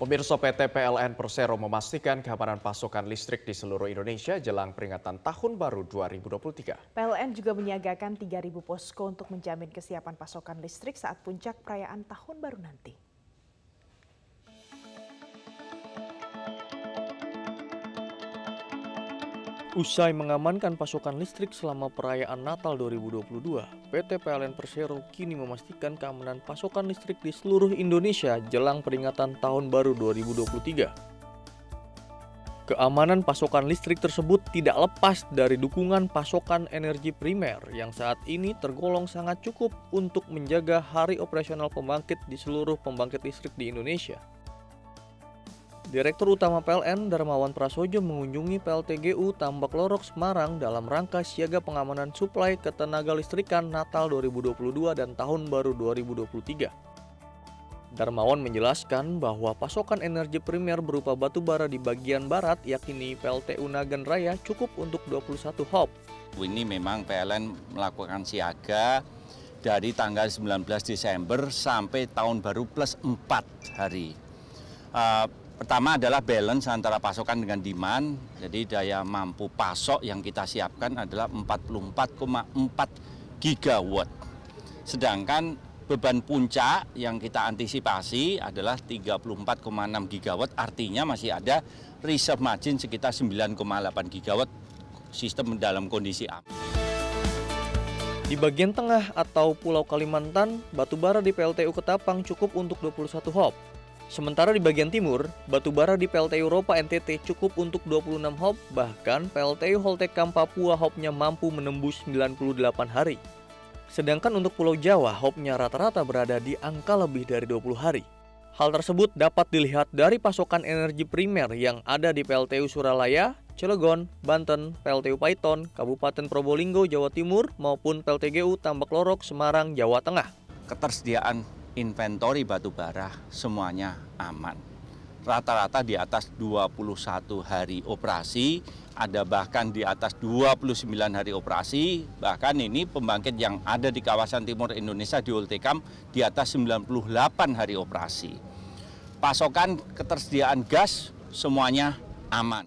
Pemirsa PT PLN Persero memastikan keamanan pasokan listrik di seluruh Indonesia jelang peringatan Tahun Baru 2023. PLN juga menyiagakan 3.000 posko untuk menjamin kesiapan pasokan listrik saat puncak perayaan Tahun Baru nanti. Usai mengamankan pasokan listrik selama perayaan Natal 2022, PT PLN Persero kini memastikan keamanan pasokan listrik di seluruh Indonesia jelang peringatan Tahun Baru 2023. Keamanan pasokan listrik tersebut tidak lepas dari dukungan pasokan energi primer yang saat ini tergolong sangat cukup untuk menjaga hari operasional pembangkit di seluruh pembangkit listrik di Indonesia. Direktur Utama PLN Darmawan Prasojo mengunjungi PLTGU Tambak Lorok Semarang dalam rangka siaga pengamanan suplai ketenaga listrikan Natal 2022 dan Tahun Baru 2023. Darmawan menjelaskan bahwa pasokan energi primer berupa batu bara di bagian barat yakni PLTU Nagan Raya cukup untuk 21 hop. Ini memang PLN melakukan siaga dari tanggal 19 Desember sampai Tahun Baru plus 4 hari. Pertama adalah balance antara pasokan dengan demand, jadi daya mampu pasok yang kita siapkan adalah 44,4 gigawatt. Sedangkan beban puncak yang kita antisipasi adalah 34,6 gigawatt, artinya masih ada reserve margin sekitar 9,8 gigawatt sistem dalam kondisi aman. Di bagian tengah atau Pulau Kalimantan, batubara di PLTU Ketapang cukup untuk 21 hop. Sementara di bagian timur, batubara di PLTU Ropa NTT cukup untuk 26 hop, bahkan PLTU Holtekam Papua hopnya mampu menembus 98 hari. Sedangkan untuk Pulau Jawa, hopnya rata-rata berada di angka lebih dari 20 hari. Hal tersebut dapat dilihat dari pasokan energi primer yang ada di PLTU Suralaya, Cilegon, Banten, PLTU Paiton, Kabupaten Probolinggo, Jawa Timur, maupun PLTGU Tambak Lorok, Semarang, Jawa Tengah. Ketersediaan inventori batubara semuanya aman. Rata-rata di atas 21 hari operasi, ada bahkan di atas 29 hari operasi, bahkan ini pembangkit yang ada di kawasan timur Indonesia di Holtekam di atas 98 hari operasi. Pasokan ketersediaan gas semuanya aman.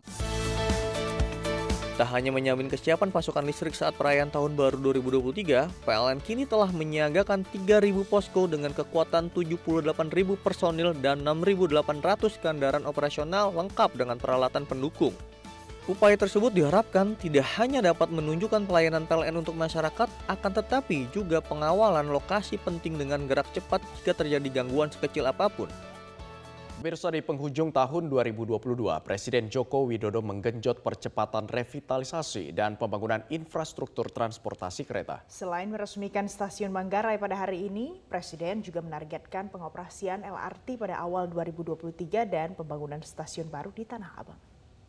Tak hanya menjamin kesiapan pasokan listrik saat perayaan Tahun Baru 2023, PLN kini telah menyiagakan 3.000 posko dengan kekuatan 78.000 personil dan 6.800 kendaraan operasional lengkap dengan peralatan pendukung. Upaya tersebut diharapkan tidak hanya dapat menunjukkan pelayanan PLN untuk masyarakat, akan tetapi juga pengawalan lokasi penting dengan gerak cepat jika terjadi gangguan sekecil apapun. Pemirsa, di penghujung tahun 2022, Presiden Joko Widodo menggenjot percepatan revitalisasi dan pembangunan infrastruktur transportasi kereta. Selain meresmikan stasiun Manggarai pada hari ini, Presiden juga menargetkan pengoperasian LRT pada awal 2023 dan pembangunan stasiun baru di Tanah Abang.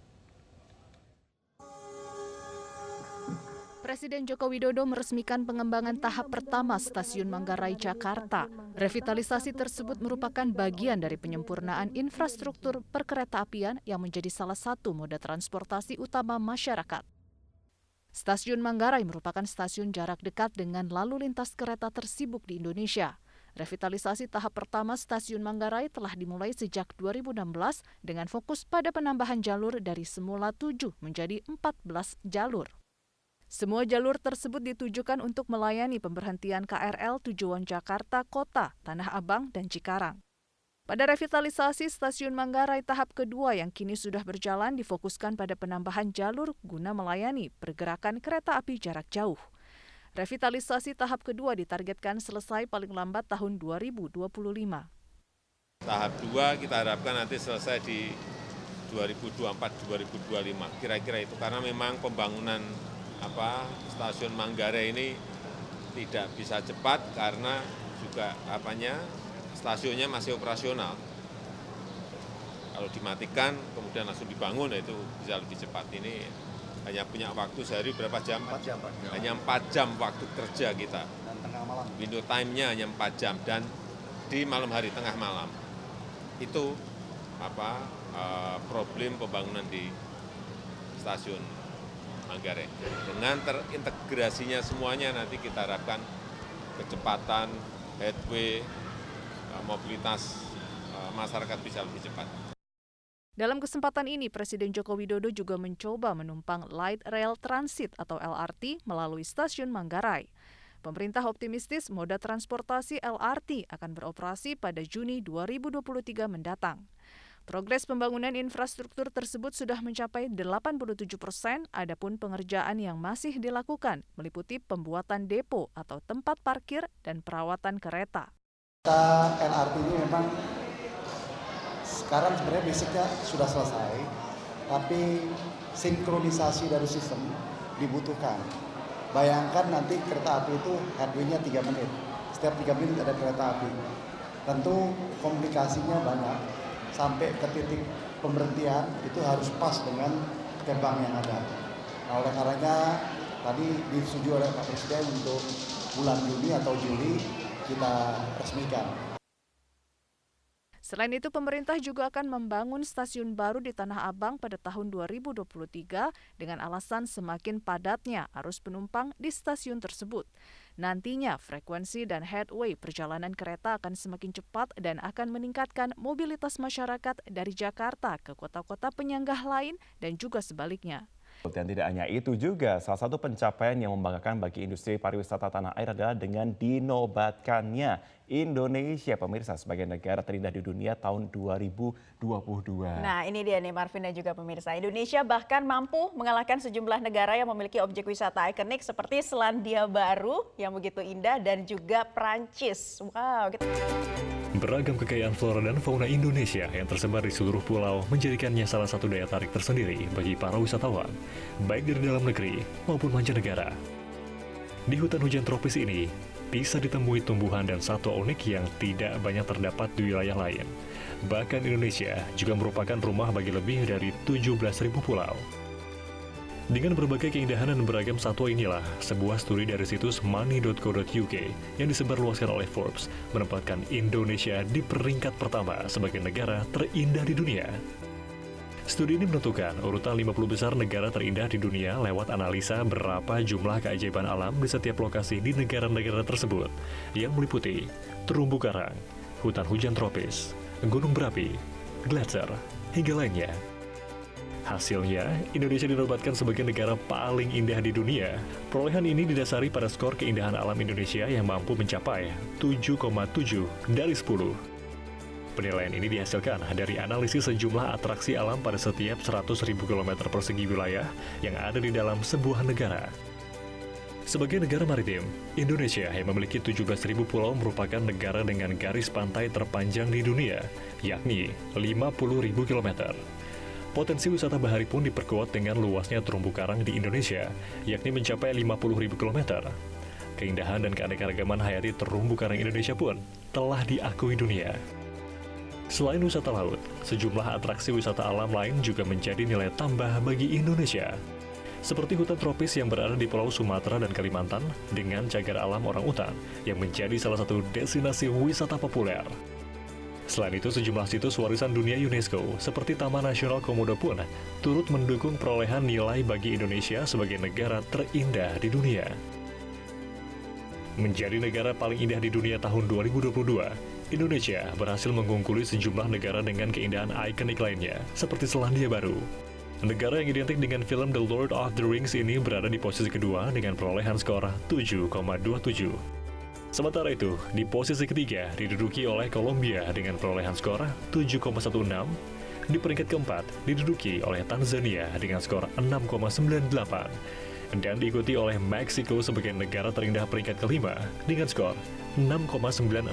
Presiden Joko Widodo meresmikan pengembangan tahap pertama Stasiun Manggarai, Jakarta. Revitalisasi tersebut merupakan bagian dari penyempurnaan infrastruktur perkeretaapian yang menjadi salah satu moda transportasi utama masyarakat. Stasiun Manggarai merupakan stasiun jarak dekat dengan lalu lintas kereta tersibuk di Indonesia. Revitalisasi tahap pertama Stasiun Manggarai telah dimulai sejak 2016 dengan fokus pada penambahan jalur dari semula 7 menjadi 14 jalur. Semua jalur tersebut ditujukan untuk melayani pemberhentian KRL tujuan Jakarta Kota, Tanah Abang, dan Cikarang. Pada revitalisasi Stasiun Manggarai tahap kedua yang kini sudah berjalan difokuskan pada penambahan jalur guna melayani pergerakan kereta api jarak jauh. Revitalisasi tahap kedua ditargetkan selesai paling lambat tahun 2025. Tahap 2 kita harapkan nanti selesai di 2024-2025, kira-kira itu. Karena memang pembangunan Stasiun Manggarai ini tidak bisa cepat karena juga stasiunnya masih operasional. Kalau dimatikan kemudian langsung dibangun itu bisa lebih cepat. Ini hanya punya waktu sehari berapa jam? 4 jam, Pak. Hanya 4 jam waktu kerja kita. Dan tengah malam. Window time-nya hanya 4 jam dan di malam hari tengah malam. Itu problem pembangunan di stasiun Manggarai. Dengan terintegrasinya semuanya nanti kita harapkan kecepatan, headway, mobilitas masyarakat bisa lebih cepat. Dalam kesempatan ini, Presiden Joko Widodo juga mencoba menumpang Light Rail Transit atau LRT melalui stasiun Manggarai. Pemerintah optimistis moda transportasi LRT akan beroperasi pada Juni 2023 mendatang. Progres pembangunan infrastruktur tersebut sudah mencapai 87%, adapun pengerjaan yang masih dilakukan meliputi pembuatan depo atau tempat parkir dan perawatan kereta. LRT ini memang sekarang sebenarnya basicnya sudah selesai, tapi sinkronisasi dari sistem dibutuhkan. Bayangkan nanti kereta api itu headway-nya 3 menit. Setiap 3 menit ada kereta api. Tentu komunikasinya banyak. Sampai ke titik pemberhentian itu harus pas dengan gerbang yang ada. Nah, oleh karenanya tadi disetujui oleh Pak Presiden untuk bulan Juni atau Juli kita resmikan. Selain itu, pemerintah juga akan membangun stasiun baru di Tanah Abang pada tahun 2023 dengan alasan semakin padatnya arus penumpang di stasiun tersebut. Nantinya, frekuensi dan headway perjalanan kereta akan semakin cepat dan akan meningkatkan mobilitas masyarakat dari Jakarta ke kota-kota penyangga lain dan juga sebaliknya. Dan tidak hanya itu juga, salah satu pencapaian yang membanggakan bagi industri pariwisata tanah air adalah dengan dinobatkannya Indonesia, pemirsa, sebagai negara terindah di dunia tahun 2022. Nah, ini dia nih Marvin dan juga pemirsa. Indonesia bahkan mampu mengalahkan sejumlah negara yang memiliki objek wisata ikonik seperti Selandia Baru yang begitu indah dan juga Prancis. Wow. Beragam kekayaan flora dan fauna Indonesia yang tersebar di seluruh pulau menjadikannya salah satu daya tarik tersendiri bagi para wisatawan, baik dari dalam negeri maupun mancanegara. Di hutan hujan tropis ini, bisa ditemui tumbuhan dan satwa unik yang tidak banyak terdapat di wilayah lain. Bahkan Indonesia juga merupakan rumah bagi lebih dari 17.000 pulau. Dengan berbagai keindahan dan beragam satwa inilah, sebuah studi dari situs money.co.uk yang disebarluaskan oleh Forbes menempatkan Indonesia di peringkat pertama sebagai negara terindah di dunia. Studi ini menentukan urutan 50 besar negara terindah di dunia lewat analisa berapa jumlah keajaiban alam di setiap lokasi di negara-negara tersebut, yang meliputi terumbu karang, hutan hujan tropis, gunung berapi, gletser, hingga lainnya. Hasilnya, Indonesia dinobatkan sebagai negara paling indah di dunia. Perolehan ini didasari pada skor keindahan alam Indonesia yang mampu mencapai 7,7 dari 10. Penilaian ini dihasilkan dari analisis sejumlah atraksi alam pada setiap 100.000 km persegi wilayah yang ada di dalam sebuah negara. Sebagai negara maritim, Indonesia yang memiliki 17.000 pulau merupakan negara dengan garis pantai terpanjang di dunia, yakni 50.000 km. Potensi wisata bahari pun diperkuat dengan luasnya terumbu karang di Indonesia, yakni mencapai 50.000 km. Keindahan dan keanekaragaman hayati terumbu karang Indonesia pun telah diakui dunia. Selain wisata laut, sejumlah atraksi wisata alam lain juga menjadi nilai tambah bagi Indonesia. Seperti hutan tropis yang berada di Pulau Sumatera dan Kalimantan dengan cagar alam orangutan yang menjadi salah satu destinasi wisata populer. Selain itu, sejumlah situs warisan dunia UNESCO seperti Taman Nasional Komodo pun turut mendukung perolehan nilai bagi Indonesia sebagai negara terindah di dunia. Menjadi negara paling indah di dunia tahun 2022, Indonesia berhasil mengungkuli sejumlah negara dengan keindahan ikonik lainnya, seperti Selandia Baru. Negara yang identik dengan film The Lord of the Rings ini berada di posisi kedua dengan perolehan skor 7,27. Sementara itu, di posisi ketiga diduduki oleh Kolombia dengan perolehan skor 7,16. Di peringkat keempat diduduki oleh Tanzania dengan skor 6,98. Dan diikuti oleh Meksiko sebagai negara terindah peringkat kelima dengan skor 6,96.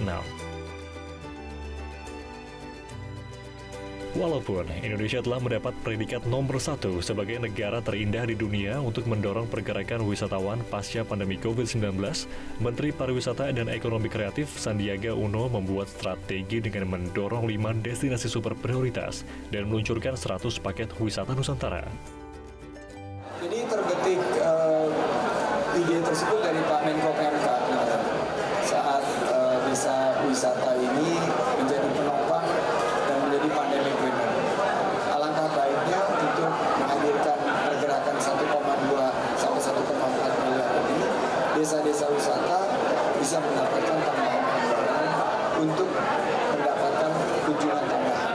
Walaupun Indonesia telah mendapat predikat nomor 1 sebagai negara terindah di dunia untuk mendorong pergerakan wisatawan pasca pandemi COVID-19, Menteri Pariwisata dan Ekonomi Kreatif Sandiaga Uno membuat strategi dengan mendorong 5 destinasi super prioritas dan meluncurkan 100 paket wisata Nusantara. Jadi terbetik ide tersebut dari Pak Menko PMK saat desa wisata ini menjadi penopang dan menjadi pandemic winner. Alangkah baiknya untuk menghadirkan pergerakan 1,2 sampai 1,4 miliar ini, desa-desa wisata bisa mendapatkan tambahan anggaran untuk mendapatkan kunjungan tambahan.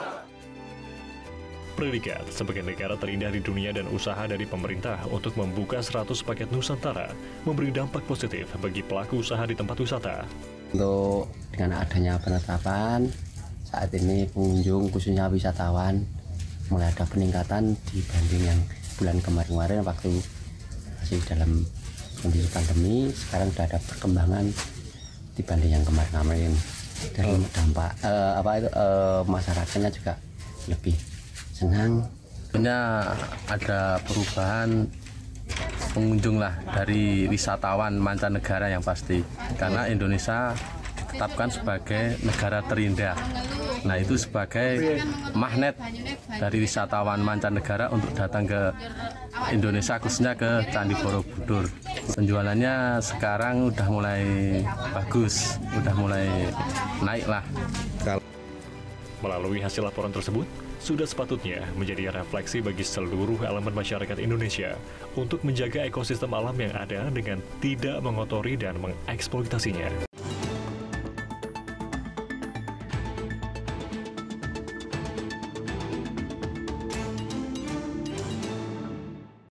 Predikat sebagai negara terindah di dunia dan usaha dari pemerintah untuk membuka 100 paket Nusantara memberi dampak positif bagi pelaku usaha di tempat wisata. Untuk dengan adanya penetapan, saat ini pengunjung khususnya wisatawan mulai ada peningkatan dibanding yang bulan kemarin-kemarin waktu masih dalam kondisi pandemi. Sekarang sudah ada perkembangan dibanding yang kemarin-kemarin. Dan dampak masyarakatnya juga lebih senang. Sebenarnya ada perubahan pengunjung lah dari wisatawan mancanegara yang pasti, karena Indonesia ditetapkan sebagai negara terindah. Nah, itu sebagai magnet dari wisatawan mancanegara untuk datang ke Indonesia, khususnya ke Candi Borobudur. Penjualannya sekarang udah mulai bagus, udah mulai naik lah. Melalui hasil laporan tersebut, sudah sepatutnya menjadi refleksi bagi seluruh elemen masyarakat Indonesia untuk menjaga ekosistem alam yang ada dengan tidak mengotori dan mengeksploitasinya.